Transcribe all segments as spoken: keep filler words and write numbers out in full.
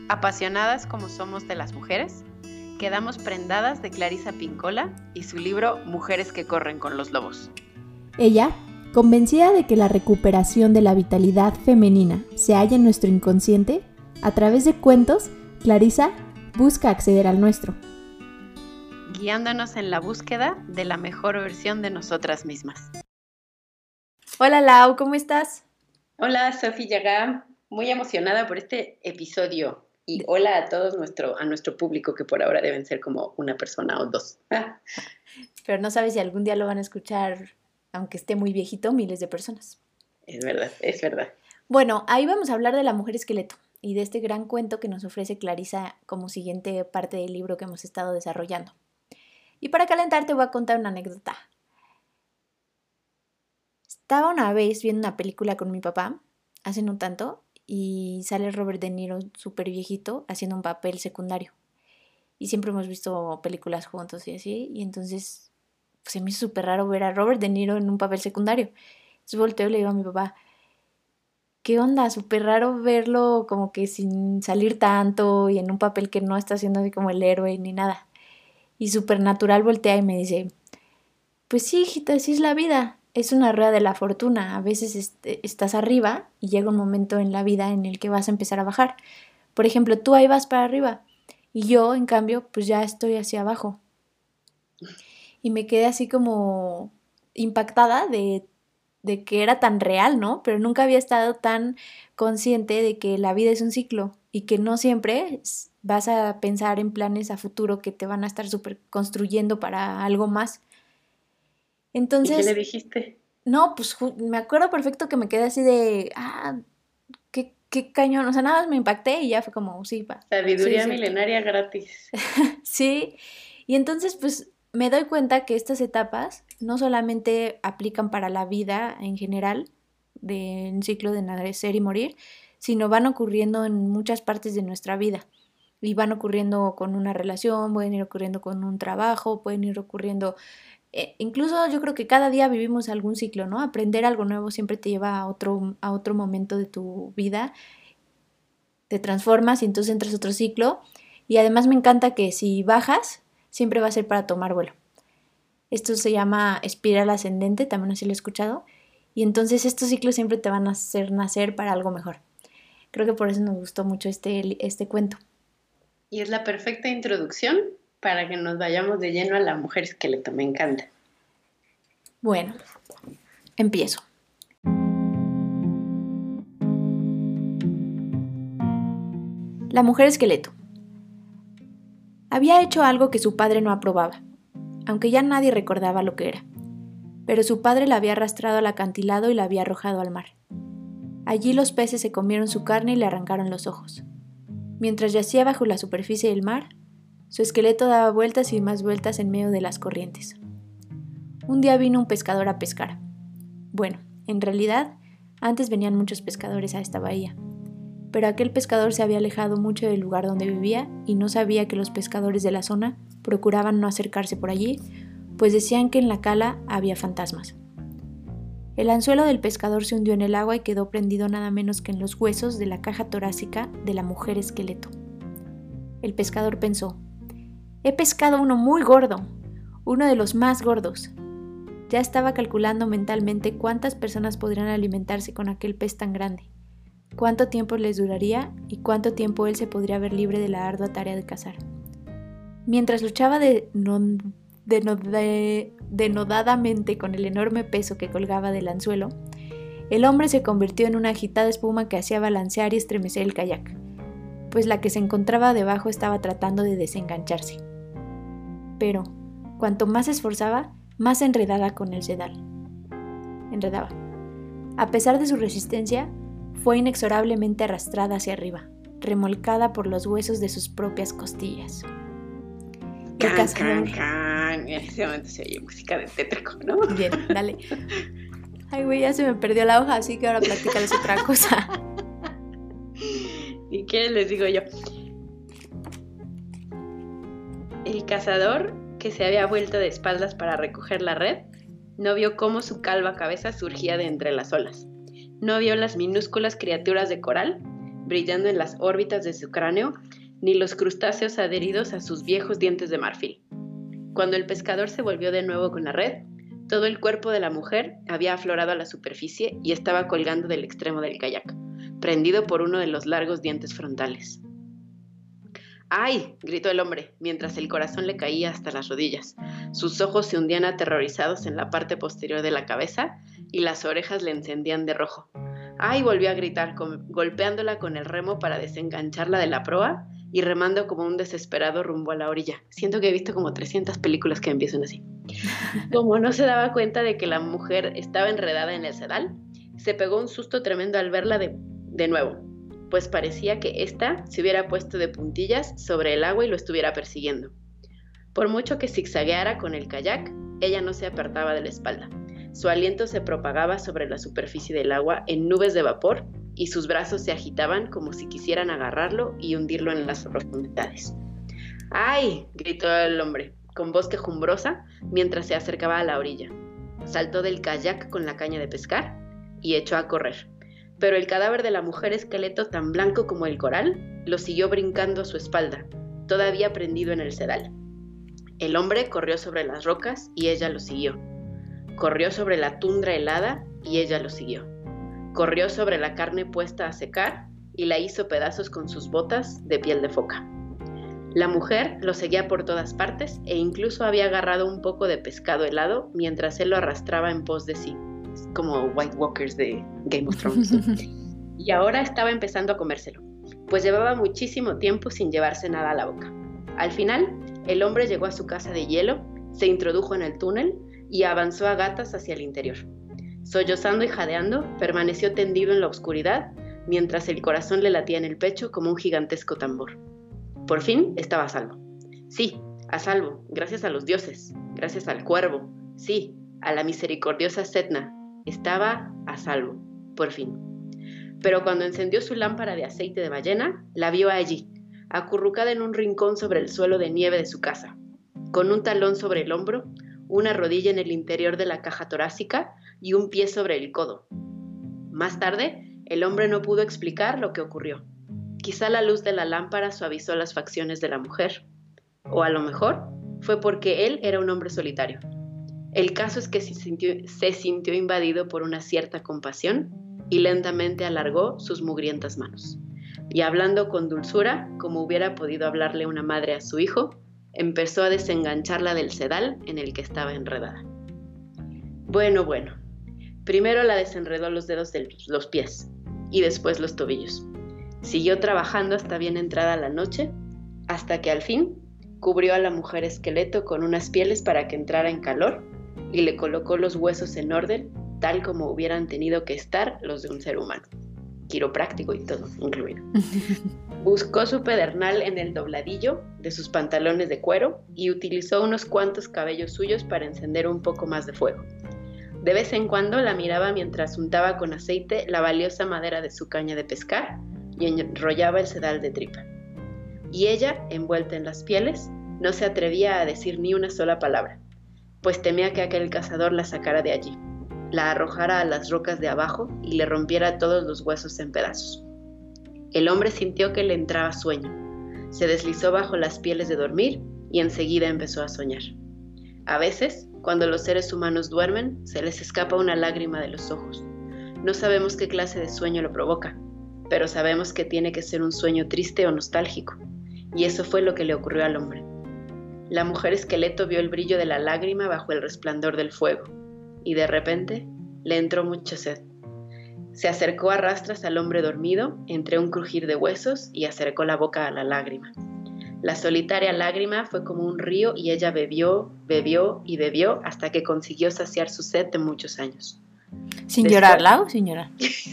Apasionadas como somos de las mujeres, quedamos prendadas de Clarisa Pinkola y su libro Mujeres que corren con los lobos. Ella, convencida de que la recuperación de la vitalidad femenina se halla en nuestro inconsciente, a través de cuentos, Clarisa busca acceder al nuestro, guiándonos en la búsqueda de la mejor versión de nosotras mismas. Hola Lau, ¿cómo estás? Hola Sofía Yagá, muy emocionada por este episodio. Y hola a todos nuestro, a nuestro público, que por ahora deben ser como una persona o dos. Pero no sabes si algún día lo van a escuchar, aunque esté muy viejito, miles de personas. Es verdad, es verdad. Bueno, ahí vamos a hablar de la mujer esqueleto y de este gran cuento que nos ofrece Clarisa como siguiente parte del libro que hemos estado desarrollando. Y para calentar te voy a contar una anécdota. Estaba una vez viendo una película con mi papá, hace no tanto, y sale Robert De Niro súper viejito haciendo un papel secundario. Y siempre hemos visto películas juntos y así, y entonces pues, se me hizo súper raro ver a Robert De Niro en un papel secundario. Entonces volteo y le digo a mi papá, ¿qué onda? Súper raro verlo como que sin salir tanto y en un papel que no está haciendo así como el héroe ni nada. Y súper natural voltea y me dice, pues sí, hijita, así es la vida. Es una rueda de la fortuna. A veces est- estás arriba y llega un momento en la vida en el que vas a empezar a bajar. Por ejemplo, tú ahí vas para arriba y yo, en cambio, pues ya estoy hacia abajo. Y me quedé así como impactada de, de que era tan real, ¿no? Pero nunca había estado tan consciente de que la vida es un ciclo y que no siempre vas a pensar en planes a futuro que te van a estar súper construyendo para algo más. Entonces, ¿y qué le dijiste? No, pues me acuerdo perfecto que me quedé así de, ah, qué, qué cañón, o sea, nada más me impacté y ya fue como, sí, pa, sí, es Sabiduría cierto. milenaria gratis. Sí, y entonces pues me doy cuenta que estas etapas no solamente aplican para la vida en general, de un ciclo de nacer y morir, sino van ocurriendo en muchas partes de nuestra vida. Y van ocurriendo con una relación, pueden ir ocurriendo con un trabajo, pueden ir ocurriendo eh, incluso yo creo que cada día vivimos algún ciclo, ¿no? Aprender algo nuevo siempre te lleva a otro, a otro momento de tu vida, te transformas y entonces entras a otro ciclo. Y además me encanta que si bajas, siempre va a ser para tomar vuelo. Esto se llama espiral ascendente, también así lo he escuchado. Y entonces estos ciclos siempre te van a hacer nacer para algo mejor. Creo que por eso nos gustó mucho este, este cuento. Y es la perfecta introducción para que nos vayamos de lleno a la mujer esqueleto. Me encanta. Bueno, empiezo. La mujer esqueleto. Había hecho algo que su padre no aprobaba, aunque ya nadie recordaba lo que era. Pero su padre la había arrastrado al acantilado y la había arrojado al mar. Allí los peces se comieron su carne y le arrancaron los ojos. Mientras yacía bajo la superficie del mar, su esqueleto daba vueltas y más vueltas en medio de las corrientes. Un día vino un pescador a pescar. Bueno, en realidad, antes venían muchos pescadores a esta bahía. Pero aquel pescador se había alejado mucho del lugar donde vivía y no sabía que los pescadores de la zona procuraban no acercarse por allí, pues decían que en la cala había fantasmas. El anzuelo del pescador se hundió en el agua y quedó prendido nada menos que en los huesos de la caja torácica de la mujer esqueleto. El pescador pensó, he pescado uno muy gordo, uno de los más gordos. Ya estaba calculando mentalmente cuántas personas podrían alimentarse con aquel pez tan grande, cuánto tiempo les duraría y cuánto tiempo él se podría ver libre de la ardua tarea de cazar. Mientras luchaba de, no, de, no, de, denodadamente con el enorme peso que colgaba del anzuelo, el hombre se convirtió en una agitada espuma que hacía balancear y estremecer el kayak, pues la que se encontraba debajo estaba tratando de desengancharse. Pero, cuanto más se esforzaba, más enredada con el sedal. Enredaba. A pesar de su resistencia, fue inexorablemente arrastrada hacia arriba, remolcada por los huesos de sus propias costillas. El can, cazador... can, can. En ese momento se oye música de tétrico, ¿no? Bien, dale. Ay, güey, ya se me perdió la hoja, así que ahora platícales otra cosa. ¿Y qué les digo yo? El cazador, que se había vuelto de espaldas para recoger la red, no vio cómo su calva cabeza surgía de entre las olas. No vio las minúsculas criaturas de coral, brillando en las órbitas de su cráneo, ni los crustáceos adheridos a sus viejos dientes de marfil. Cuando el pescador se volvió de nuevo con la red, todo el cuerpo de la mujer había aflorado a la superficie y estaba colgando del extremo del kayak, prendido por uno de los largos dientes frontales. ¡Ay!, gritó el hombre, mientras el corazón le caía hasta las rodillas. Sus ojos se hundían aterrorizados en la parte posterior de la cabeza y las orejas le encendían de rojo. ¡Ay!, volvió a gritar, con, golpeándola con el remo para desengancharla de la proa y remando como un desesperado rumbo a la orilla. Siento que he visto como trescientas películas que empiezan así. Como no se daba cuenta de que la mujer estaba enredada en el sedal, se pegó un susto tremendo al verla de, de nuevo, pues parecía que ésta se hubiera puesto de puntillas sobre el agua y lo estuviera persiguiendo. Por mucho que zigzagueara con el kayak, ella no se apartaba de la espalda. Su aliento se propagaba sobre la superficie del agua en nubes de vapor y sus brazos se agitaban como si quisieran agarrarlo y hundirlo en las profundidades. ¡Ay!, gritó el hombre, con voz quejumbrosa, mientras se acercaba a la orilla. Saltó del kayak con la caña de pescar y echó a correr. Pero el cadáver de la mujer esqueleto, tan blanco como el coral, lo siguió brincando a su espalda, todavía prendido en el sedal. El hombre corrió sobre las rocas y ella lo siguió. Corrió sobre la tundra helada y ella lo siguió. Corrió sobre la carne puesta a secar y la hizo pedazos con sus botas de piel de foca. La mujer lo seguía por todas partes e incluso había agarrado un poco de pescado helado mientras él lo arrastraba en pos de sí, como White Walkers de Game of Thrones. Y ahora estaba empezando a comérselo, pues llevaba muchísimo tiempo sin llevarse nada a la boca. Al final, el hombre llegó a su casa de hielo, se introdujo en el túnel y avanzó a gatas hacia el interior. Sollozando y jadeando, permaneció tendido en la oscuridad mientras el corazón le latía en el pecho como un gigantesco tambor. Por fin estaba a salvo. Sí, a salvo, gracias a los dioses, gracias al cuervo, sí, a la misericordiosa Setna. Estaba a salvo, por fin. Pero cuando encendió su lámpara de aceite de ballena, la vio allí, acurrucada en un rincón sobre el suelo de nieve de su casa, con un talón sobre el hombro, una rodilla en el interior de la caja torácica y un pie sobre el codo. Más tarde, el hombre no pudo explicar lo que ocurrió. Quizá la luz de la lámpara suavizó las facciones de la mujer, o a lo mejor fue porque él era un hombre solitario. El caso es que se sintió, se sintió invadido por una cierta compasión y lentamente alargó sus mugrientas manos. Y hablando con dulzura, como hubiera podido hablarle una madre a su hijo, empezó a desengancharla del sedal en el que estaba enredada. Bueno, bueno. Primero la desenredó los dedos de los pies y después los tobillos. Siguió trabajando hasta bien entrada la noche, hasta que al fin cubrió a la mujer esqueleto con unas pieles para que entrara en calor y le colocó los huesos en orden, tal como hubieran tenido que estar los de un ser humano. Quiropráctico y todo incluido. Buscó su pedernal en el dobladillo de sus pantalones de cuero y utilizó unos cuantos cabellos suyos para encender un poco más de fuego. De vez en cuando la miraba mientras untaba con aceite la valiosa madera de su caña de pescar y enrollaba el sedal de tripa. Y ella, envuelta en las pieles, no se atrevía a decir ni una sola palabra, pues temía que aquel cazador la sacara de allí, la arrojara a las rocas de abajo y le rompiera todos los huesos en pedazos. El hombre sintió que le entraba sueño, se deslizó bajo las pieles de dormir y enseguida empezó a soñar. A veces, cuando los seres humanos duermen, se les escapa una lágrima de los ojos. No sabemos qué clase de sueño lo provoca, pero sabemos que tiene que ser un sueño triste o nostálgico, y eso fue lo que le ocurrió al hombre. La mujer esqueleto vio el brillo de la lágrima bajo el resplandor del fuego, y de repente le entró mucha sed. Se acercó a rastras al hombre dormido, entre un crujir de huesos, y acercó la boca a la lágrima. La solitaria lágrima fue como un río y ella bebió, bebió y bebió hasta que consiguió saciar su sed de muchos años. ¿Sin llorar, Lau? Sin llorar.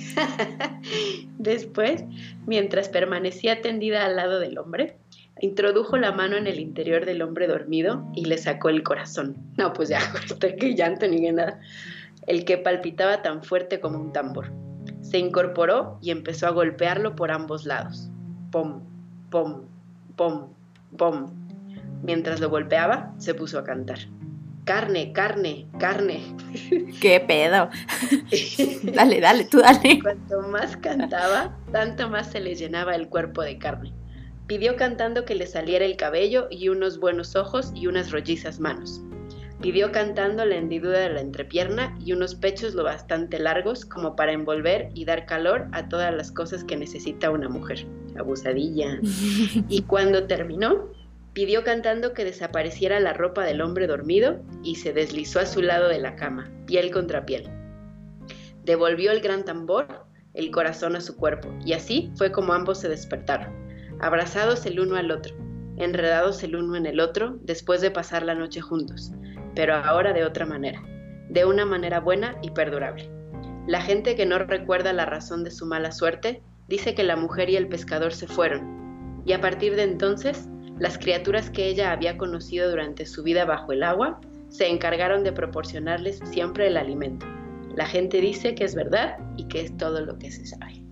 Después, mientras permanecía tendida al lado del hombre, introdujo la mano en el interior del hombre dormido y le sacó el corazón. No, pues ya, hasta que llanto ni que nada. El que palpitaba tan fuerte como un tambor. Se incorporó y empezó a golpearlo por ambos lados. Pom, pom, pom, pom. Mientras lo golpeaba, se puso a cantar. carne, carne, carne. ¡Qué pedo! Dale, dale, tú dale. Cuanto más cantaba, tanto más se le llenaba el cuerpo de carne. Pidió cantando que le saliera el cabello y unos buenos ojos y unas rollizas manos. Pidió cantando la hendidura de la entrepierna y unos pechos lo bastante largos como para envolver y dar calor a todas las cosas que necesita una mujer. Abusadilla. Y cuando terminó, pidió cantando que desapareciera la ropa del hombre dormido y se deslizó a su lado de la cama, piel contra piel. Devolvió el gran tambor, el corazón a su cuerpo, y así fue como ambos se despertaron, abrazados el uno al otro, enredados el uno en el otro después de pasar la noche juntos, pero ahora de otra manera, de una manera buena y perdurable. La gente que no recuerda la razón de su mala suerte dice que la mujer y el pescador se fueron, y a partir de entonces, las criaturas que ella había conocido durante su vida bajo el agua se encargaron de proporcionarles siempre el alimento. La gente dice que es verdad y que es todo lo que se sabe.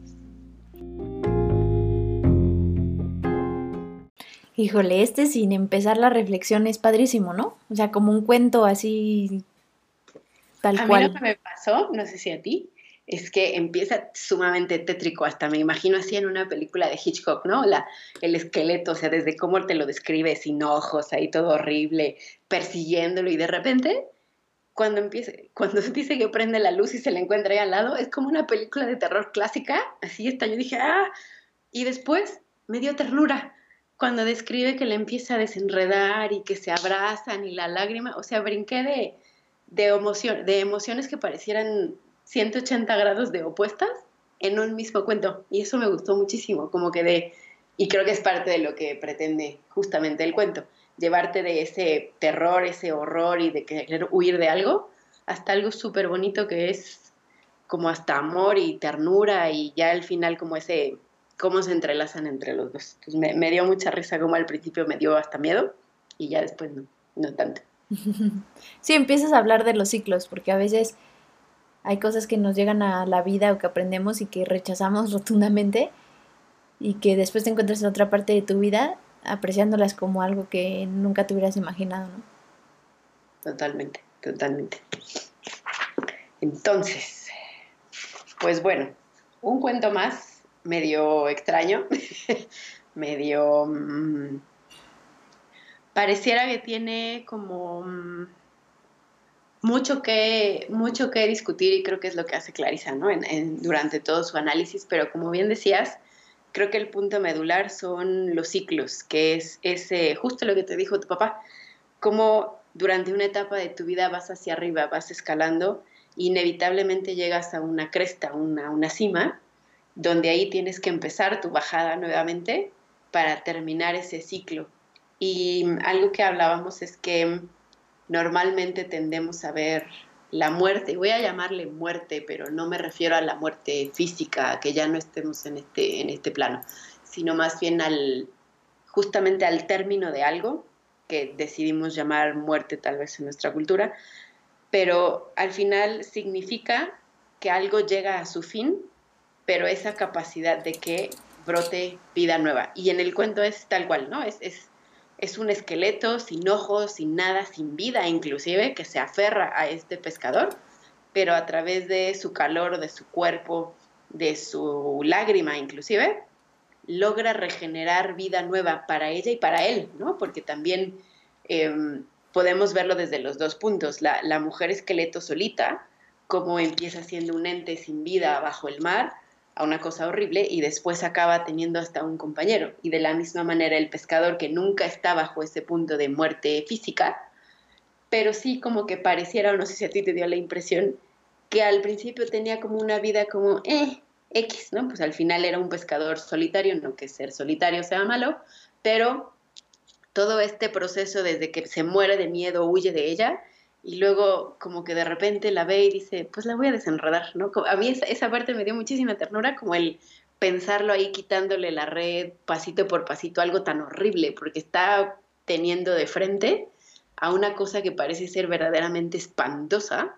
Híjole, este sin empezar la reflexión es padrísimo, ¿no? O sea, como un cuento así, tal a cual. A mí lo que me pasó, no sé si a ti, es que empieza sumamente tétrico, hasta me imagino así en una película de Hitchcock, ¿no? La, el esqueleto, o sea, desde cómo te lo describe, sin ojos, ahí todo horrible, persiguiéndolo, y de repente, cuando empieza, cuando dice que prende la luz y se le encuentra ahí al lado, es como una película de terror clásica, así está, yo dije, ah, y después me dio ternura, cuando describe que le empieza a desenredar y que se abrazan y la lágrima, o sea, brinqué de, de, emoción, de emociones que parecieran ciento ochenta grados de opuestas en un mismo cuento, y eso me gustó muchísimo, como que de, y creo que es parte de lo que pretende justamente el cuento, llevarte de ese terror, ese horror y de querer huir de algo, hasta algo súper bonito que es como hasta amor y ternura, y ya al final como ese, cómo se entrelazan entre los dos. Entonces me, me dio mucha risa, como al principio me dio hasta miedo, y ya después no, no tanto. Sí, empiezas a hablar de los ciclos, porque a veces hay cosas que nos llegan a la vida o que aprendemos y que rechazamos rotundamente y que después te encuentras en otra parte de tu vida apreciándolas como algo que nunca te hubieras imaginado, ¿no? Totalmente, totalmente. Entonces, pues bueno, un cuento más medio extraño, medio... Mmm, pareciera que tiene como... Mmm, Mucho que, mucho que discutir, y creo que es lo que hace Clarissa, ¿no? En, en, durante todo su análisis, pero como bien decías, creo que el punto medular son los ciclos, que es ese, justo lo que te dijo tu papá, cómo durante una etapa de tu vida vas hacia arriba, vas escalando, e inevitablemente llegas a una cresta, una, una cima, donde ahí tienes que empezar tu bajada nuevamente para terminar ese ciclo. Y algo que hablábamos es que normalmente tendemos a ver la muerte, y voy a llamarle muerte, pero no me refiero a la muerte física, que ya no estemos en este, en este plano, sino más bien al, justamente al término de algo que decidimos llamar muerte tal vez en nuestra cultura, pero al final significa que algo llega a su fin, pero esa capacidad de que brote vida nueva. Y en el cuento es tal cual, ¿no? Es, es Es un esqueleto sin ojos, sin nada, sin vida inclusive, que se aferra a este pescador, pero a través de su calor, de su cuerpo, de su lágrima inclusive, logra regenerar vida nueva para ella y para él, ¿no? Porque también eh, podemos verlo desde los dos puntos. La, la mujer esqueleto solita, como empieza siendo un ente sin vida bajo el mar, a una cosa horrible, y después acaba teniendo hasta un compañero. Y de la misma manera el pescador, que nunca está bajo ese punto de muerte física, pero sí como que pareciera, o no sé si a ti te dio la impresión, que al principio tenía como una vida como, eh, X, ¿no? Pues al final era un pescador solitario, no que ser solitario sea malo, pero todo este proceso desde que se muere de miedo, huye de ella, y luego como que de repente la ve y dice, pues la voy a desenredar, ¿no? A mí esa, esa parte me dio muchísima ternura, como el pensarlo ahí quitándole la red pasito por pasito, algo tan horrible, porque está teniendo de frente a una cosa que parece ser verdaderamente espantosa,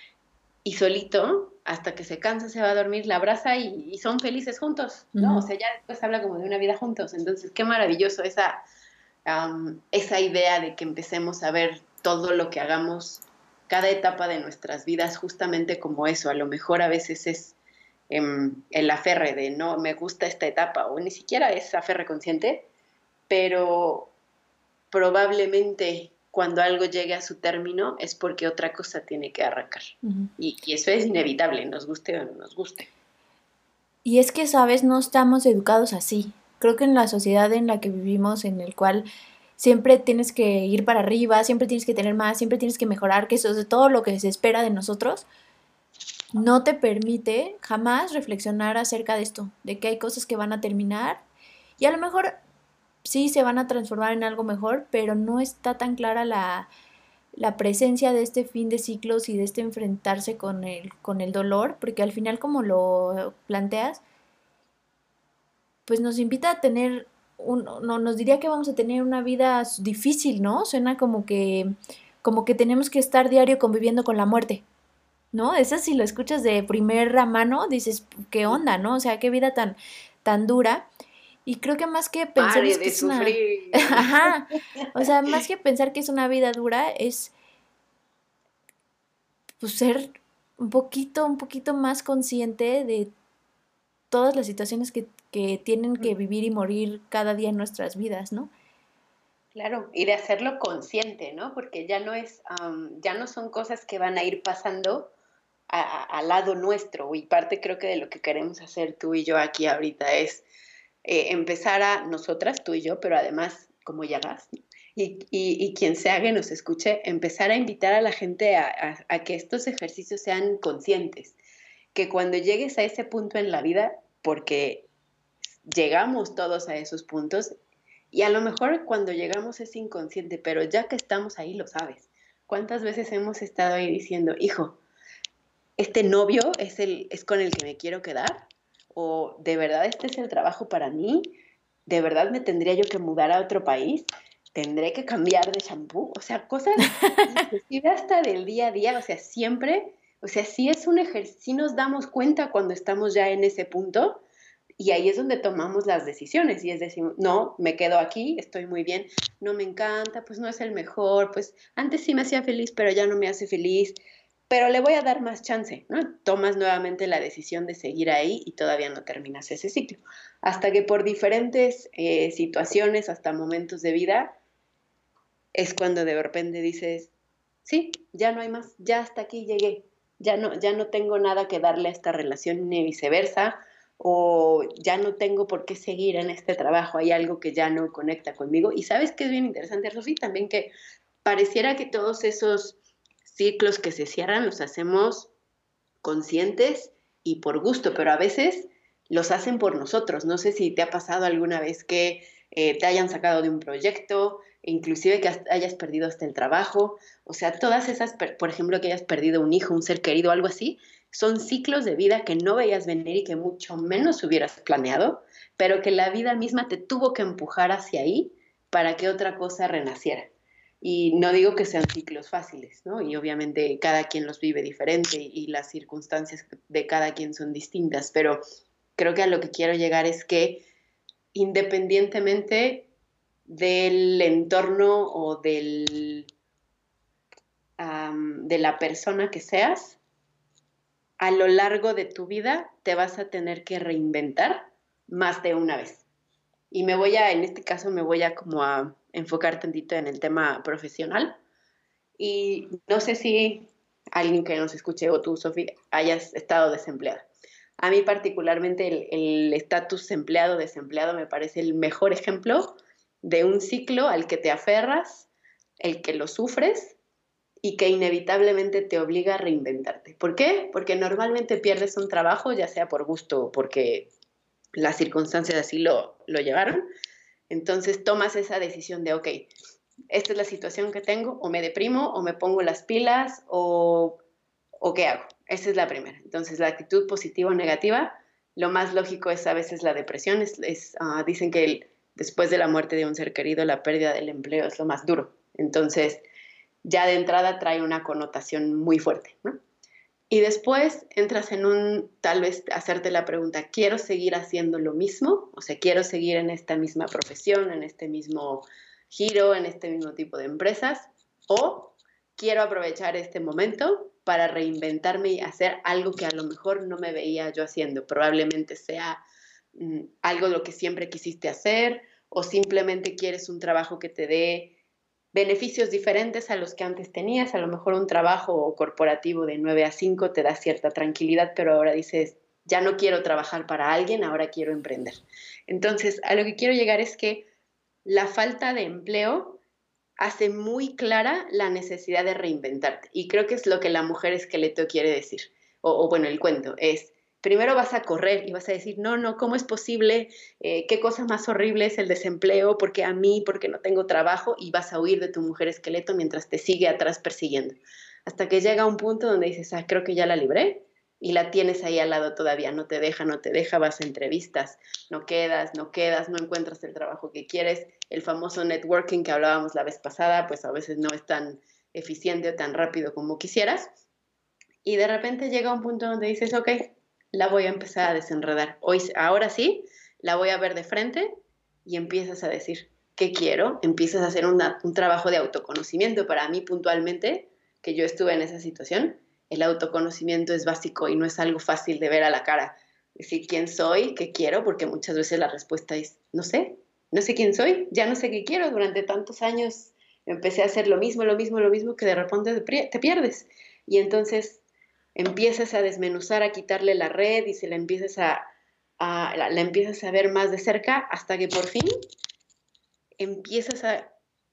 y solito, hasta que se cansa, se va a dormir, la abraza y, y son felices juntos, ¿no? Uh-huh. O sea, ya después habla como de una vida juntos. Entonces, qué maravilloso esa, um, esa idea de que empecemos a ver todo lo que hagamos, cada etapa de nuestras vidas, justamente como eso. A lo mejor a veces es eh, el aferre de no, me gusta esta etapa, o ni siquiera es aferre consciente, pero probablemente cuando algo llegue a su término es porque otra cosa tiene que arrancar. Uh-huh. Y, y eso es inevitable, nos guste o no nos guste. Y es que, ¿sabes? No estamos educados así. Creo que en la sociedad en la que vivimos, en el cual siempre tienes que ir para arriba, siempre tienes que tener más, siempre tienes que mejorar, que eso es todo lo que se espera de nosotros, no te permite jamás reflexionar acerca de esto, de que hay cosas que van a terminar y a lo mejor sí se van a transformar en algo mejor, pero no está tan clara la, la presencia de este fin de ciclos y de este enfrentarse con el, con el dolor, porque al final, como lo planteas, pues nos invita a tener, un, no, nos diría que vamos a tener una vida difícil, ¿no? Suena como que, como que tenemos que estar diario conviviendo con la muerte, ¿no? Eso si lo escuchas de primera mano, dices, ¿qué onda, no? O sea, qué vida tan, tan dura. Y creo que más que pensar Pare es que de es sufrir. una... Ajá. O sea, más que pensar que es una vida dura, es pues ser un poquito, un poquito más consciente de todas las situaciones que, que tienen que vivir y morir cada día en nuestras vidas, ¿no? Claro, y de hacerlo consciente, ¿no? Porque ya no es, um, ya no son cosas que van a ir pasando a, a, al lado nuestro. Y parte creo que de lo que queremos hacer tú y yo aquí ahorita es Eh, empezar a nosotras, tú y yo, pero además como Yagas, y, y, y quien sea que nos escuche, empezar a invitar a la gente a, a, a que estos ejercicios sean conscientes, que cuando llegues a ese punto en la vida, porque llegamos todos a esos puntos, y a lo mejor cuando llegamos es inconsciente, pero ya que estamos ahí lo sabes. ¿Cuántas veces hemos estado ahí diciendo, hijo, este novio es, el, es con el que me quiero quedar? ¿O de verdad este es el trabajo para mí? ¿De verdad me tendría yo que mudar a otro país? ¿Tendré que cambiar de shampoo? O sea, cosas inclusive hasta del día a día, o sea, siempre, o sea, sí es un ejercicio, sí nos damos cuenta cuando estamos ya en ese punto y ahí es donde tomamos las decisiones y es decir, no, me quedo aquí, estoy muy bien, no me encanta, pues no es el mejor, pues antes sí me hacía feliz, pero ya no me hace feliz, pero le voy a dar más chance, ¿no? Tomas nuevamente la decisión de seguir ahí y todavía no terminas ese ciclo. Hasta que por diferentes eh, situaciones, hasta momentos de vida, es cuando de repente dices, sí, ya no hay más, ya hasta aquí llegué, ya no, ya no tengo nada que darle a esta relación ni viceversa, o ya no tengo por qué seguir en este trabajo, hay algo que ya no conecta conmigo. Y sabes que es bien interesante, Rosy, también que pareciera que todos esos ciclos que se cierran los hacemos conscientes y por gusto, pero a veces los hacen por nosotros. No sé si te ha pasado alguna vez que eh, te hayan sacado de un proyecto, inclusive que hayas perdido hasta el trabajo. O sea, todas esas, por ejemplo, que hayas perdido un hijo, un ser querido, algo así, son ciclos de vida que no veías venir y que mucho menos hubieras planeado, pero que la vida misma te tuvo que empujar hacia ahí para que otra cosa renaciera. Y no digo que sean ciclos fáciles, ¿no? Y obviamente cada quien los vive diferente y las circunstancias de cada quien son distintas, pero creo que a lo que quiero llegar es que independientemente del entorno o del, um, de la persona que seas, a lo largo de tu vida te vas a tener que reinventar más de una vez. Y me voy a, en este caso me voy a como a enfocar tantito en el tema profesional. Y no sé si alguien que nos escuche o tú, Sofía, hayas estado desempleada. A mí particularmente el estatus empleado-desempleado me parece el mejor ejemplo de un ciclo al que te aferras, el que lo sufres y que inevitablemente te obliga a reinventarte. ¿Por qué? Porque normalmente pierdes un trabajo, ya sea por gusto o porque las circunstancias así lo, lo llevaron. Entonces tomas esa decisión de, ok, esta es la situación que tengo, o me deprimo, o me pongo las pilas, o, o qué hago. Esa es la primera. Entonces, la actitud positiva o negativa, lo más lógico es a veces la depresión. Es, es, uh, dicen que el, después de la muerte de un ser querido, la pérdida del empleo es lo más duro. Entonces, ya de entrada trae una connotación muy fuerte, ¿no? Y después entras en un, tal vez, hacerte la pregunta, ¿quiero seguir haciendo lo mismo? O sea, ¿quiero seguir en esta misma profesión, en este mismo giro, en este mismo tipo de empresas? ¿O quiero aprovechar este momento para reinventarme y hacer algo que a lo mejor no me veía yo haciendo. Probablemente sea mm, algo lo que siempre quisiste hacer o simplemente quieres un trabajo que te dé beneficios diferentes a los que antes tenías. A lo mejor un trabajo corporativo de nueve a cinco te da cierta tranquilidad, pero ahora dices, ya no quiero trabajar para alguien, ahora quiero emprender. Entonces, a lo que quiero llegar es que la falta de empleo hace muy clara la necesidad de reinventarte. Y creo que es lo que la mujer esqueleto quiere decir. O, o bueno, el cuento es, primero vas a correr y vas a decir, no, no, ¿cómo es posible? Eh, ¿Qué cosa más horrible es el desempleo? ¿Por qué a mí? ¿Por qué no tengo trabajo? Y vas a huir de tu mujer esqueleto mientras te sigue atrás persiguiendo. Hasta que llega un punto donde dices, ah, creo que ya la libré. Y la tienes ahí al lado todavía, no te deja, no te deja, vas a entrevistas, no quedas, no quedas, no encuentras el trabajo que quieres. El famoso networking que hablábamos la vez pasada, pues a veces no es tan eficiente o tan rápido como quisieras. Y de repente llega un punto donde dices, ok, la voy a empezar a desenredar. Hoy, ahora sí, la voy a ver de frente y empiezas a decir, ¿qué quiero? Empiezas a hacer una, un trabajo de autoconocimiento. Para mí puntualmente, que yo estuve en esa situación, el autoconocimiento es básico y no es algo fácil de ver a la cara. Decir quién soy, qué quiero, porque muchas veces la respuesta es, no sé, no sé quién soy, ya no sé qué quiero. Durante tantos años empecé a hacer lo mismo, lo mismo, lo mismo, que de repente te pierdes. Y entonces empiezas a desmenuzar, a quitarle la red y se la empiezas a, a la, la empiezas a ver más de cerca hasta que por fin empiezas a,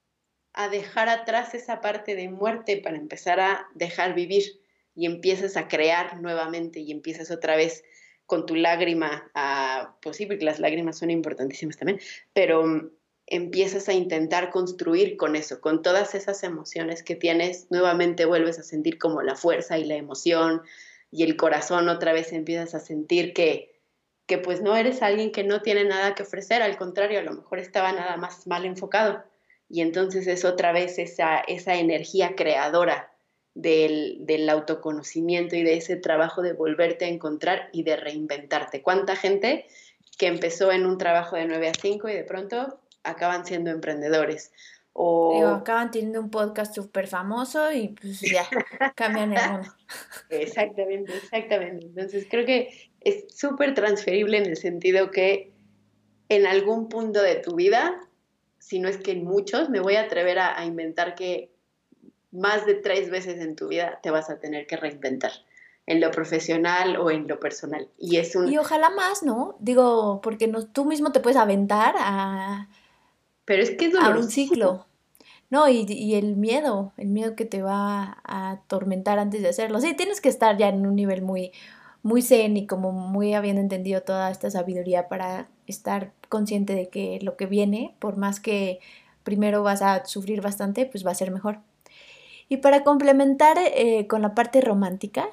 a dejar atrás esa parte de muerte para empezar a dejar vivir y empiezas a crear nuevamente y empiezas otra vez con tu lágrima, a, pues sí, porque las lágrimas son importantísimas también, pero empiezas a intentar construir con eso, con todas esas emociones que tienes, nuevamente vuelves a sentir como la fuerza y la emoción y el corazón, otra vez empiezas a sentir que, que pues no eres alguien que no tiene nada que ofrecer, al contrario, a lo mejor estaba nada más mal enfocado. Y entonces es otra vez esa, esa energía creadora del, del autoconocimiento y de ese trabajo de volverte a encontrar y de reinventarte. ¿Cuánta gente que empezó en un trabajo de nueve a cinco y de pronto acaban siendo emprendedores? Digo, O... acaban teniendo un podcast súper famoso y pues ya, cambian el mundo. Exactamente, exactamente. Entonces creo que es súper transferible en el sentido que en algún punto de tu vida, si no es que en muchos, me voy a atrever a, a inventar que más de tres veces en tu vida te vas a tener que reinventar, en lo profesional o en lo personal. Y es un... Y ojalá más, ¿no? Digo, porque no, tú mismo te puedes aventar a, Pero es que es a un dolorosísimo. ciclo. No, y, y el miedo, el miedo que te va a atormentar antes de hacerlo. Sí, tienes que estar ya en un nivel muy, muy zen y como muy habiendo entendido toda esta sabiduría para estar consciente de que lo que viene, por más que primero vas a sufrir bastante, pues va a ser mejor. Y para complementar eh, con la parte romántica,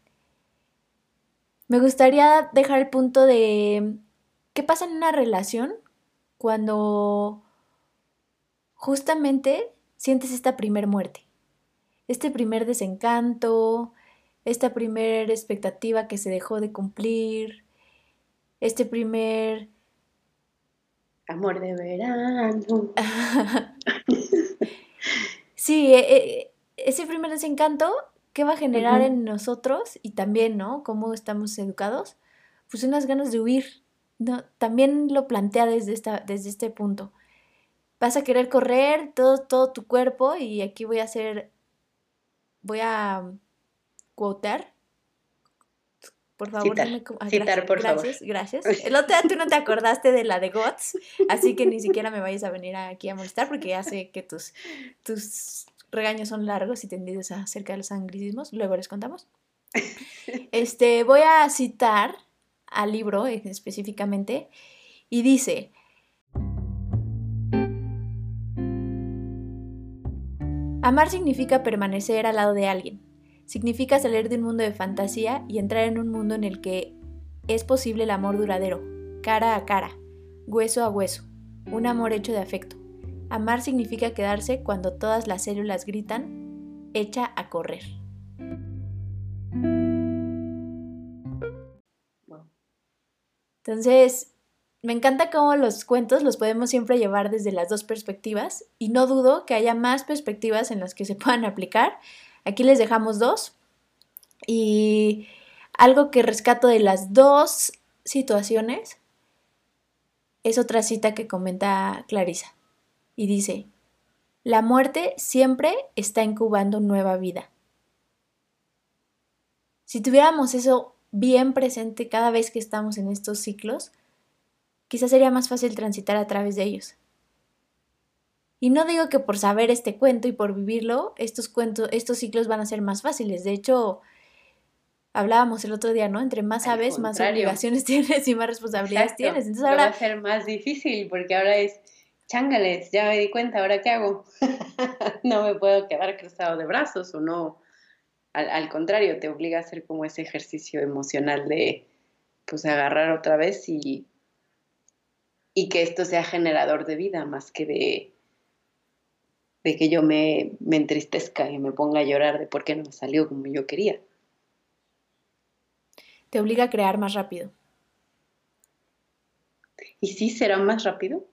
me gustaría dejar el punto de qué pasa en una relación cuando justamente sientes esta primer muerte, este primer desencanto, esta primer expectativa que se dejó de cumplir, este primer... Amor de verano. sí, eh, eh, ese primer desencanto, ¿qué va a generar Uh-huh. en nosotros? Y también, ¿no? Cómo estamos educados, pues unas ganas de huir, ¿no? También lo plantea desde, esta, desde este punto. Vas a querer correr todo, todo tu cuerpo y aquí voy a hacer, voy a quotear. Por favor, Citar, dime cómo. Ah, citar, gracias, por favor. gracias, gracias. El otro día tú no te acordaste de la de Gots, así que ni siquiera me vayas a venir aquí a molestar porque ya sé que tus, tus regaños son largos y tendidos acerca de los anglicismos. Luego les contamos. Este, voy a citar al libro específicamente y dice: amar significa permanecer al lado de alguien. Significa salir de un mundo de fantasía y entrar en un mundo en el que es posible el amor duradero, cara a cara, hueso a hueso, un amor hecho de afecto. Amar significa quedarse cuando todas las células gritan, echa a correr. Wow. Entonces, Me encanta cómo los cuentos los podemos siempre llevar desde las dos perspectivas y no dudo que haya más perspectivas en las que se puedan aplicar. Aquí les dejamos dos y algo que rescato de las dos situaciones es otra cita que comenta Clarisa y dice: la muerte siempre está incubando nueva vida. Si tuviéramos eso bien presente cada vez que estamos en estos ciclos, quizás sería más fácil transitar a través de ellos. Y no digo que por saber este cuento y por vivirlo, estos cuentos, estos ciclos van a ser más fáciles. De hecho, hablábamos el otro día, ¿no? Entre más Al sabes, más contrario. obligaciones tienes y más responsabilidades Exacto. tienes. Entonces Lo ahora va a ser más difícil porque ahora es, chángales, ya me di cuenta, ¿ahora qué hago? No me puedo quedar cruzado de brazos o no. Al, al contrario, te obliga a hacer como ese ejercicio emocional de, pues, agarrar otra vez y, y que esto sea generador de vida más que de, de que yo me, me entristezca y me ponga a llorar de por qué no me salió como yo quería. te obliga a crear más rápido. ¿Y sí será más rápido?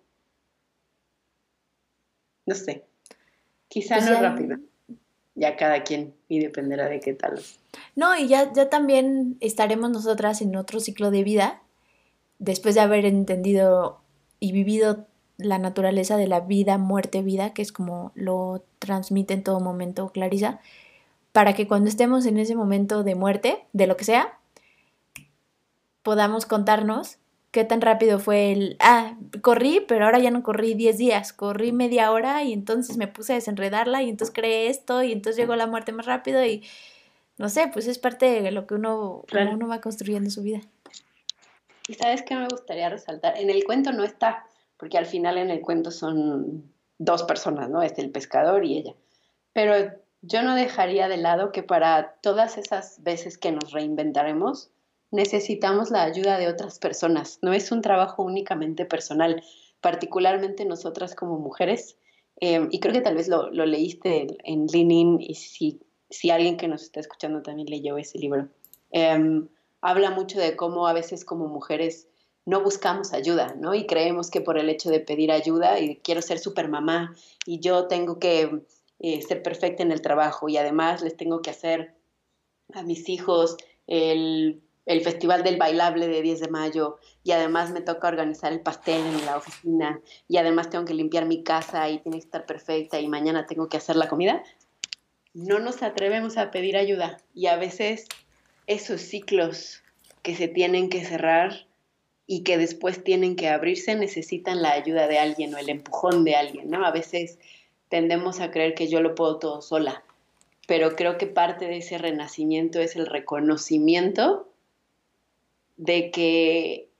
No sé. Quizá Pues no ya, rápido. Ya cada quien y dependerá de qué tal. no, y ya, ya también estaremos nosotras en otro ciclo de vida, después de haber entendido y vivido la naturaleza de la vida, muerte, vida, que es como lo transmite en todo momento Clarisa, para que cuando estemos en ese momento de muerte, de lo que sea, podamos contarnos qué tan rápido fue el, ah, corrí, pero ahora ya no corrí diez días, corrí media hora y entonces me puse a desenredarla y entonces creé esto y entonces llegó la muerte más rápido y no sé, pues es parte de lo que uno, Claro. como uno va construyendo su vida. Y sabes qué me gustaría resaltar, en el cuento no está, porque al final en el cuento son dos personas, ¿no? Es el pescador y ella. Pero yo no dejaría de lado que para todas esas veces que nos reinventaremos, necesitamos la ayuda de otras personas. No es un trabajo únicamente personal, particularmente nosotras como mujeres. Eh, y creo que tal vez lo, lo leíste en LinkedIn y si, si alguien que nos está escuchando también leyó ese libro. Eh, habla mucho de cómo a veces como mujeres no buscamos ayuda, ¿no? Y creemos que por el hecho de pedir ayuda, y quiero ser super mamá, y yo tengo que eh, ser perfecta en el trabajo, y además les tengo que hacer a mis hijos el, el festival del bailable de diez de mayo, y además me toca organizar el pastel en la oficina, y además tengo que limpiar mi casa, y tiene que estar perfecta, y mañana tengo que hacer la comida. No nos atrevemos a pedir ayuda, y a veces esos ciclos que se tienen que cerrar y que después tienen que abrirse necesitan la ayuda de alguien o el empujón de alguien, ¿no? A veces tendemos a creer que yo lo puedo todo sola, pero creo que parte de ese renacimiento es el reconocimiento de que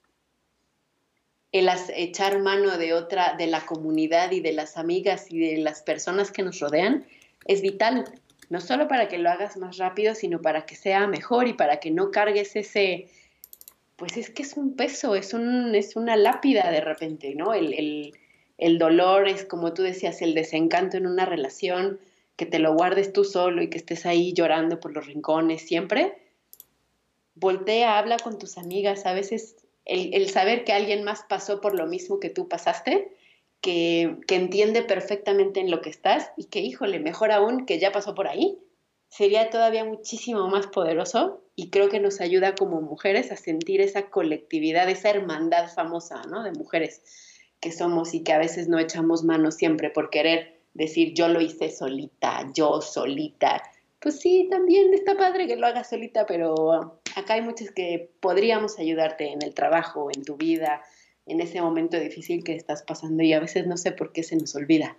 el echar mano de otra, de la comunidad y de las amigas y de las personas que nos rodean es vital, no solo para que lo hagas más rápido, sino para que sea mejor y para que no cargues ese, pues es que es un peso, es, un, es una lápida de repente, ¿no? El, el, el dolor es, como tú decías, el desencanto en una relación, que te lo guardes tú solo y que estés ahí llorando por los rincones siempre. Voltea, habla con tus amigas, a veces el, el saber que alguien más pasó por lo mismo que tú pasaste, que, que entiende perfectamente en lo que estás y que, híjole, mejor aún que ya pasó por ahí, sería todavía muchísimo más poderoso y creo que nos ayuda como mujeres a sentir esa colectividad, esa hermandad famosa, ¿no? De mujeres que somos y que a veces no echamos mano siempre por querer decir yo lo hice solita, yo solita. Pues sí, también está padre que lo hagas solita, pero acá hay muchas que podríamos ayudarte en el trabajo, en tu vida, en ese momento difícil que estás pasando y a veces no sé por qué se nos olvida.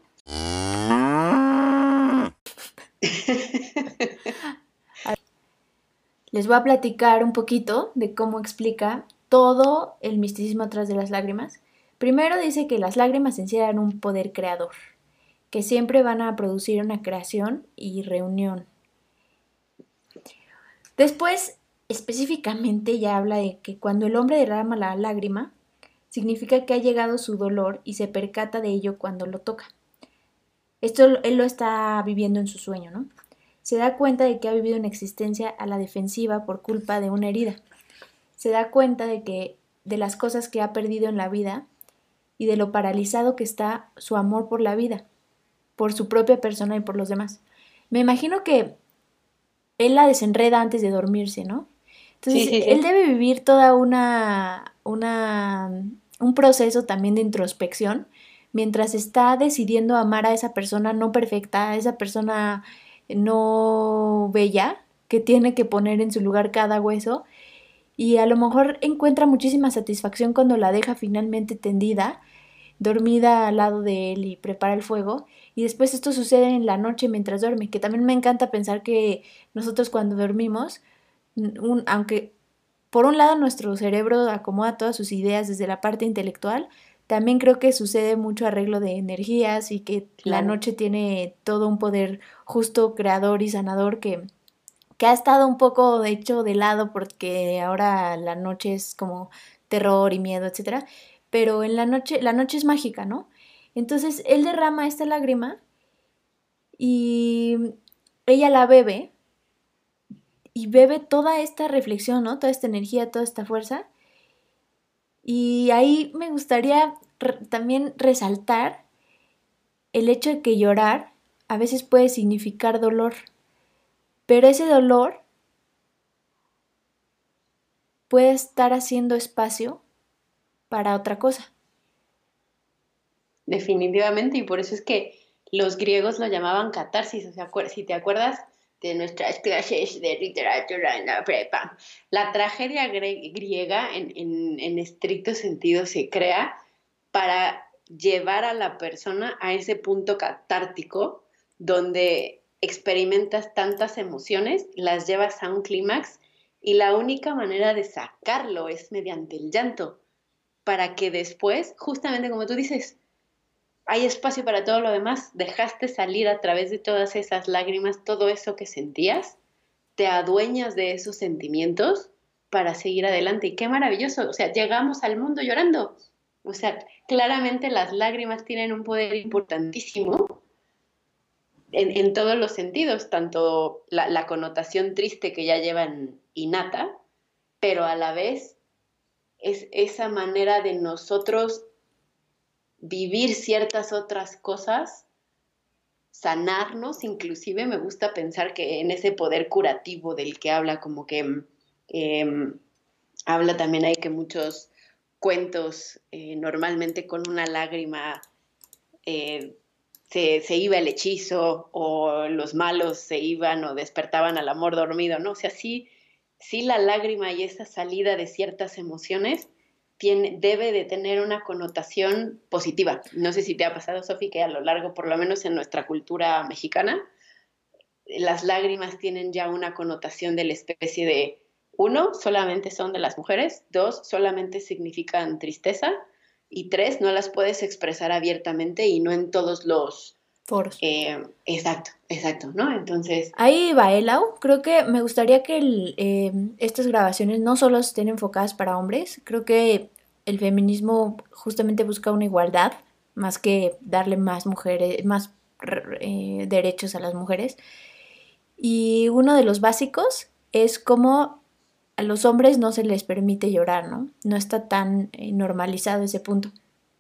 Les voy a platicar un poquito de cómo explica todo el misticismo atrás de las lágrimas. Primero dice que las lágrimas encierran un poder creador, que siempre van a producir una creación y reunión. Después, específicamente ya habla de que cuando el hombre derrama la lágrima, significa que ha llegado su dolor y se percata de ello cuando lo toca. Esto él lo está viviendo en su sueño, ¿no? Se da cuenta de que ha vivido una existencia a la defensiva por culpa de una herida. Se da cuenta de que de las cosas que ha perdido en la vida y de lo paralizado que está su amor por la vida, por su propia persona y por los demás. Me imagino que él la desenreda antes de dormirse, ¿no? Sí, Entonces, sí, él sí. debe vivir toda una, una, un proceso también de introspección mientras está decidiendo amar a esa persona no perfecta, a esa persona no bella, que tiene que poner en su lugar cada hueso, y a lo mejor encuentra muchísima satisfacción cuando la deja finalmente tendida, dormida al lado de él y prepara el fuego. Y después esto sucede en la noche mientras duerme, que también me encanta pensar que nosotros cuando dormimos, un, aunque por un lado nuestro cerebro acomoda todas sus ideas desde la parte intelectual, también creo que sucede mucho arreglo de energías y que la Claro. noche tiene todo un poder justo, creador y sanador que, que ha estado un poco de hecho de lado porque ahora la noche es como terror y miedo, etcétera. Pero en la noche, la noche es mágica, ¿no? Entonces él derrama esta lágrima y ella la bebe y bebe toda esta reflexión, ¿no? Toda esta energía, toda esta fuerza. Y ahí me gustaría re- también resaltar el hecho de que llorar a veces puede significar dolor, pero ese dolor puede estar haciendo espacio para otra cosa. Definitivamente, y por eso es que los griegos lo llamaban catarsis, o sea, si te acuerdas de nuestras clases de literatura en la prepa, la tragedia gre- griega en, en, en estricto sentido se crea para llevar a la persona a ese punto catártico donde experimentas tantas emociones, las llevas a un clímax y la única manera de sacarlo es mediante el llanto, para que después, justamente como tú dices, hay espacio para todo lo demás. Dejaste salir a través de todas esas lágrimas todo eso que sentías, te adueñas de esos sentimientos para seguir adelante. Y qué maravilloso. O sea, llegamos al mundo llorando. O sea, claramente las lágrimas tienen un poder importantísimo en, en todos los sentidos, tanto la, la connotación triste que ya llevan innata, pero a la vez es esa manera de nosotros vivir ciertas otras cosas, sanarnos, inclusive me gusta pensar que en ese poder curativo del que habla, como que eh, habla también hay que muchos cuentos, eh, normalmente con una lágrima eh, se, se, iba el hechizo o los malos se iban o despertaban al amor dormido, ¿no? O sea, sí, sí la lágrima y esa salida de ciertas emociones tiene, debe de tener una connotación positiva. No sé si te ha pasado, Sofi, que a lo largo, por lo menos en nuestra cultura mexicana, las lágrimas tienen ya una connotación de la especie de, uno, solamente son de las mujeres, dos, solamente significan tristeza, y tres, no las puedes expresar abiertamente y no en todos los... Foros. Eh, exacto, exacto, ¿no? Entonces... Ahí va, Elau. Creo que me gustaría que el, eh, estas grabaciones no solo estén enfocadas para hombres. Creo que el feminismo justamente busca una igualdad, más que darle más mujeres, más eh, derechos a las mujeres. Y uno de los básicos es cómo a los hombres no se les permite llorar, ¿no? No está tan eh, normalizado ese punto.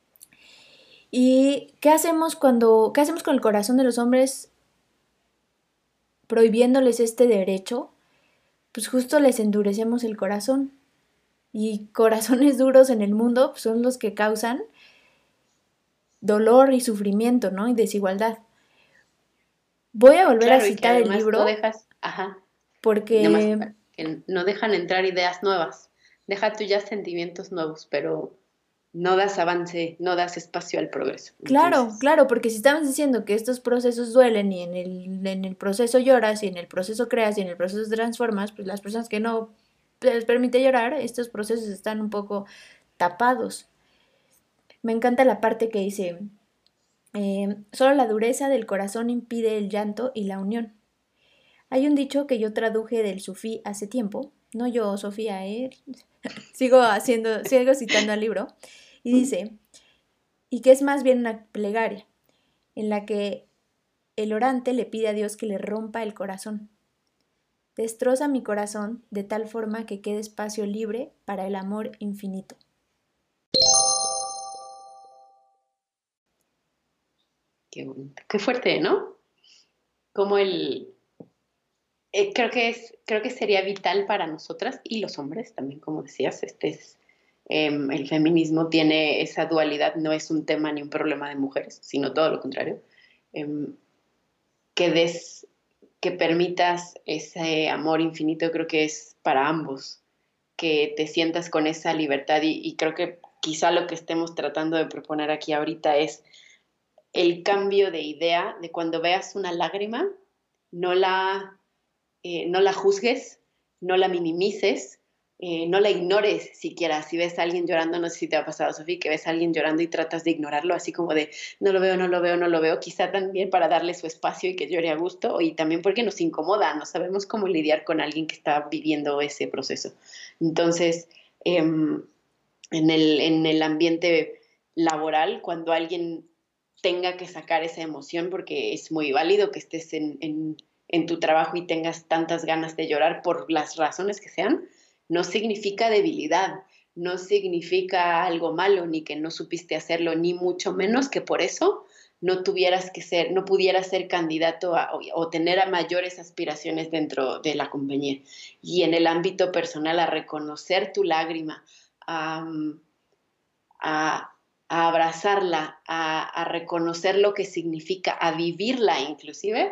¿Y qué hacemos cuando, qué hacemos con el corazón de los hombres prohibiéndoles este derecho? Pues justo les endurecemos el corazón. Y corazones duros en el mundo pues, son los que causan dolor y sufrimiento, ¿no? Y desigualdad. Voy a volver a Claro, y que citar el además no libro dejas, ajá, nada más porque que no dejan entrar ideas nuevas. Deja tú ya sentimientos nuevos, pero no das avance, no das espacio al progreso. claro, Entonces, claro, porque si estamos diciendo que estos procesos duelen y en el, en el proceso lloras y en el proceso creas y en el proceso transformas, pues las personas que no les permite llorar, estos procesos están un poco tapados. Me encanta la parte que dice, eh, solo la dureza del corazón impide el llanto y la unión. Hay un dicho que yo traduje del sufí hace tiempo, no yo, Sofía, ¿eh? sigo haciendo, sigo citando al libro, y dice, y que es más bien una plegaria, en la que el orante le pide a Dios que le rompa el corazón. Destroza mi corazón de tal forma que quede espacio libre para el amor infinito. Qué, bonito. Qué fuerte, ¿no? Como el... eh, creo que es, creo que sería vital para nosotras y los hombres también, como decías, este es, em, el feminismo tiene esa dualidad, no es un tema ni un problema de mujeres, sino todo lo contrario. Em, que des, que permitas ese amor infinito, creo que es para ambos, que te sientas con esa libertad y, y creo que quizá lo que estemos tratando de proponer aquí ahorita es el cambio de idea de cuando veas una lágrima, no la, eh, no la juzgues, no la minimices, eh, no la ignores siquiera. Si ves a alguien llorando, no sé si te ha pasado, Sofía, que ves a alguien llorando y tratas de ignorarlo, así como de no lo veo, no lo veo, no lo veo, quizá también para darle su espacio y que llore a gusto, y también porque nos incomoda, no sabemos cómo lidiar con alguien que está viviendo ese proceso. Entonces, eh, en, el, en el ambiente laboral, cuando alguien tenga que sacar esa emoción, porque es muy válido que estés en, en, en tu trabajo y tengas tantas ganas de llorar por las razones que sean, no significa debilidad, no significa algo malo, ni que no supiste hacerlo, ni mucho menos que por eso no tuvieras que ser, no pudieras ser candidato a, o, o tener a mayores aspiraciones dentro de la compañía. Y en el ámbito personal, a reconocer tu lágrima, a, a, a abrazarla, a, a reconocer lo que significa, a vivirla inclusive,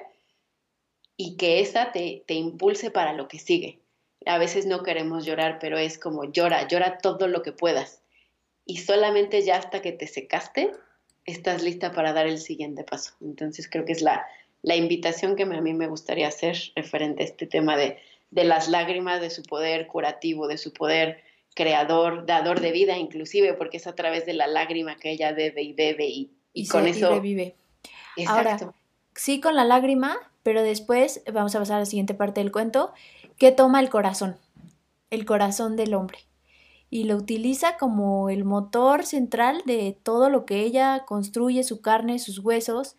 y que esa te, te impulse para lo que sigue. A veces no queremos llorar, pero es como llora, llora todo lo que puedas. Y solamente ya hasta que te secaste, estás lista para dar el siguiente paso. Entonces creo que es la, la invitación que a mí me gustaría hacer referente a este tema de, de las lágrimas, de su poder curativo, de su poder creador, dador de vida inclusive, porque es a través de la lágrima que ella bebe y bebe y, y, y, con se, eso... y revive. Exacto. Ahora, sí con la lágrima, pero después vamos a pasar a la siguiente parte del cuento, que toma el corazón, el corazón del hombre, y lo utiliza como el motor central de todo lo que ella construye, su carne, sus huesos,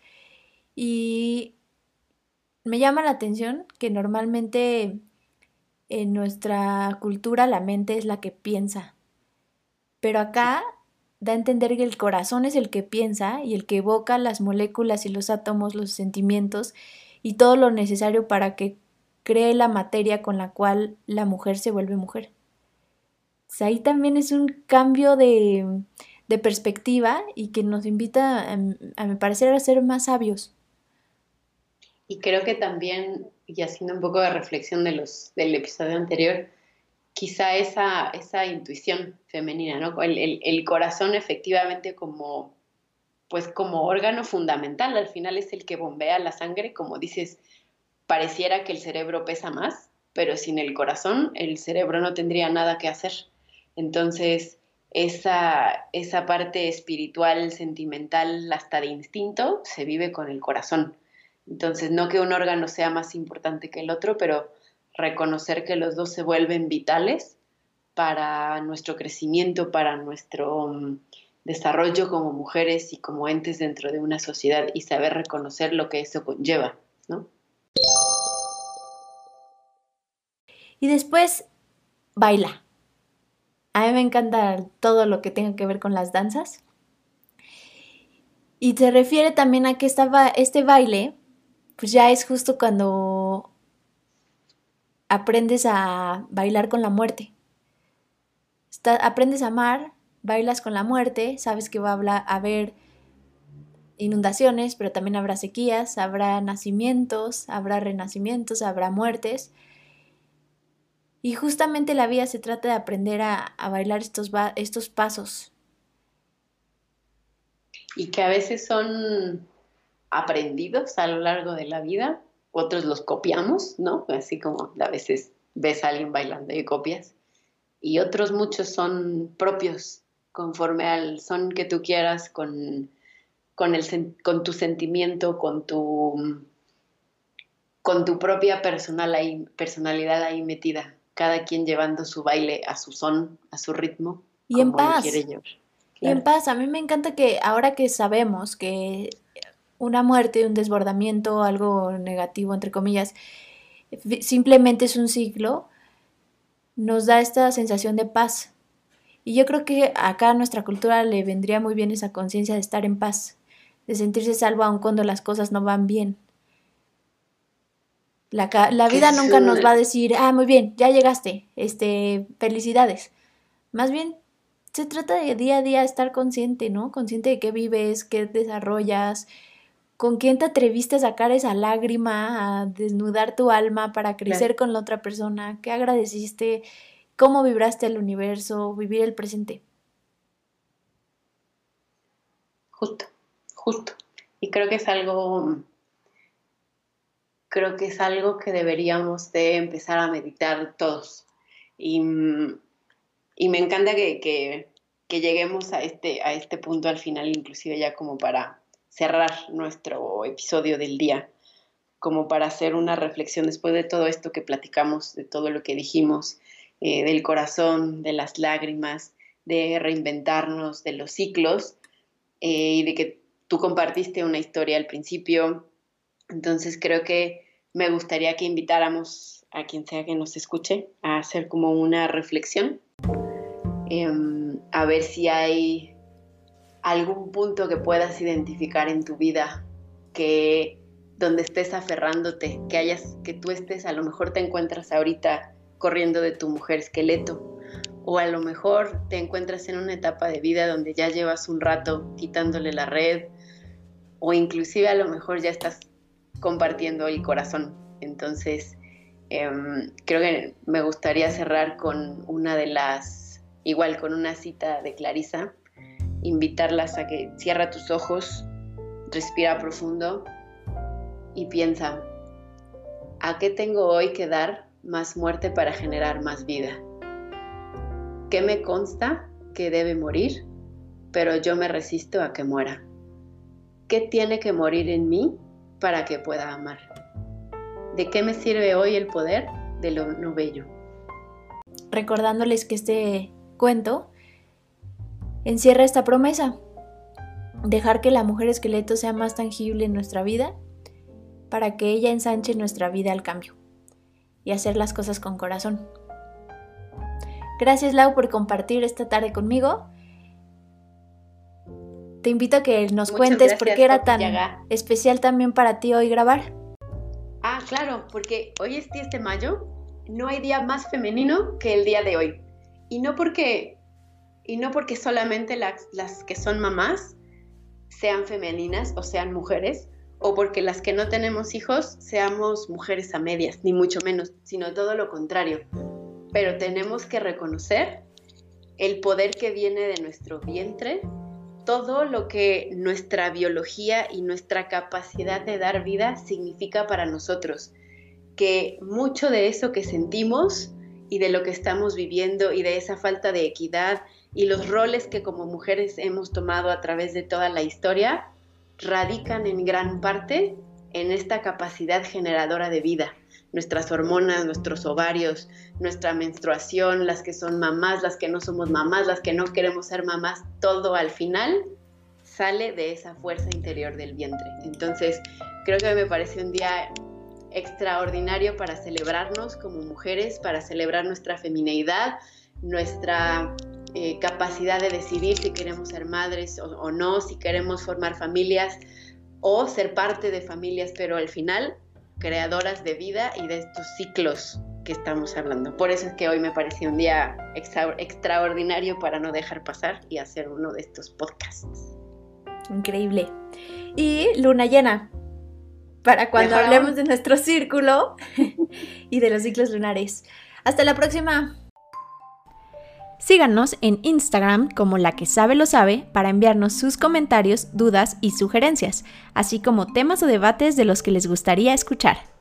y me llama la atención que normalmente en nuestra cultura la mente es la que piensa, pero acá da a entender que el corazón es el que piensa y el que evoca las moléculas y los átomos, los sentimientos y todo lo necesario para que cree la materia con la cual la mujer se vuelve mujer. O sea, ahí también es un cambio de, de perspectiva y que nos invita, a, a mi parecer, a ser más sabios. Y creo que también, y haciendo un poco de reflexión de los, del episodio anterior, quizá esa, esa intuición femenina, ¿no? El, el, el corazón efectivamente como, pues como órgano fundamental, al final es el que bombea la sangre, como dices, pareciera que el cerebro pesa más, pero sin el corazón el cerebro no tendría nada que hacer. Entonces, esa, esa parte espiritual, sentimental, hasta de instinto, se vive con el corazón. Entonces, no que un órgano sea más importante que el otro, pero reconocer que los dos se vuelven vitales para nuestro crecimiento, para nuestro um, desarrollo como mujeres y como entes dentro de una sociedad y saber reconocer lo que eso conlleva, ¿no? Y después baila. A mí me encanta todo lo que tenga que ver con las danzas. Y se refiere también a que esta, este baile, pues ya es justo cuando aprendes a bailar con la muerte. Está, aprendes a amar, bailas con la muerte, sabes que va a haber inundaciones, pero también habrá sequías, habrá nacimientos, habrá renacimientos, habrá muertes. Y justamente la vida se trata de aprender a, a bailar estos, estos pasos. Y que a veces son aprendidos a lo largo de la vida, otros los copiamos, ¿no? Así como a veces ves a alguien bailando y copias, y otros muchos son propios, conforme al son que tú quieras, con, con, el, con tu sentimiento, con tu, con tu propia personal ahí, personalidad ahí metida, cada quien llevando su baile a su son, a su ritmo, Y en como él quiere paz. llevar. Claro. Y en paz, a mí me encanta que ahora que sabemos que una muerte, un desbordamiento, algo negativo, entre comillas, simplemente es un ciclo, nos da esta sensación de paz. Y yo creo que acá a nuestra cultura le vendría muy bien esa conciencia de estar en paz, de sentirse salvo aun cuando las cosas no van bien. La, la vida nunca nos va a decir, ah, muy bien, ya llegaste, este, felicidades. Más bien, se trata de día a día estar consciente, ¿no? Consciente de qué vives, qué desarrollas, con quién te atreviste a sacar esa lágrima, a desnudar tu alma para crecer claro. con la otra persona, qué agradeciste, cómo vibraste al universo, vivir el presente. Justo, justo. Y creo que es algo, creo que es algo que deberíamos de empezar a meditar todos. Y, y me encanta que, que, que lleguemos a este, a este punto al final, inclusive ya como para cerrar nuestro episodio del día, como para hacer una reflexión después de todo esto que platicamos, de todo lo que dijimos, eh, del corazón, de las lágrimas, de reinventarnos, de los ciclos, eh, y de que tú compartiste una historia al principio. Entonces creo que me gustaría que invitáramos a quien sea que nos escuche a hacer como una reflexión, eh, a ver si hay algún punto que puedas identificar en tu vida, que donde estés aferrándote, que hayas, que tú estés, a lo mejor te encuentras ahorita corriendo de tu mujer esqueleto, o a lo mejor te encuentras en una etapa de vida donde ya llevas un rato quitándole la red, o inclusive a lo mejor ya estás compartiendo el corazón. Entonces, eh, creo que me gustaría cerrar con una de las, igual con una cita de Clarisa, invitarlas a que cierra tus ojos, respira profundo y piensa, ¿a qué tengo hoy que dar más muerte para generar más vida? ¿Qué me consta que debe morir, pero yo me resisto a que muera? ¿Qué tiene que morir en mí para que pueda amar? ¿De qué me sirve hoy el poder de lo no bello? Recordándoles que este cuento encierra esta promesa, dejar que la mujer esqueleto sea más tangible en nuestra vida para que ella ensanche nuestra vida al cambio y hacer las cosas con corazón. Gracias, Lau, por compartir esta tarde conmigo. Te invito a que nos Muchas cuentes por qué era tan Yaga. especial también para ti hoy grabar. Ah, claro, porque hoy es diez de mayo, no hay día más femenino que el día de hoy. Y no porque... Y no porque solamente las, las que son mamás sean femeninas o sean mujeres, o porque las que no tenemos hijos seamos mujeres a medias, ni mucho menos, sino todo lo contrario. Pero tenemos que reconocer el poder que viene de nuestro vientre, todo lo que nuestra biología y nuestra capacidad de dar vida significa para nosotros. Que mucho de eso que sentimos y de lo que estamos viviendo y de esa falta de equidad y los roles que como mujeres hemos tomado a través de toda la historia radican en gran parte en esta capacidad generadora de vida. Nuestras hormonas, nuestros ovarios, nuestra menstruación, las que son mamás, las que no somos mamás, las que no queremos ser mamás, todo al final sale de esa fuerza interior del vientre. Entonces, creo que me parece un día extraordinario para celebrarnos como mujeres, para celebrar nuestra femineidad, nuestra eh, capacidad de decidir si queremos ser madres o, o no, si queremos formar familias o ser parte de familias, pero al final creadoras de vida y de estos ciclos que estamos hablando. Por eso es que hoy me pareció un día extra, extraordinario para no dejar pasar y hacer uno de estos podcasts. Increíble. Y luna llena, para cuando Mejor hablemos aún. de nuestro círculo y de los ciclos lunares. Hasta la próxima. Síganos en Instagram como La que sabe lo sabe para enviarnos sus comentarios, dudas y sugerencias, así como temas o debates de los que les gustaría escuchar.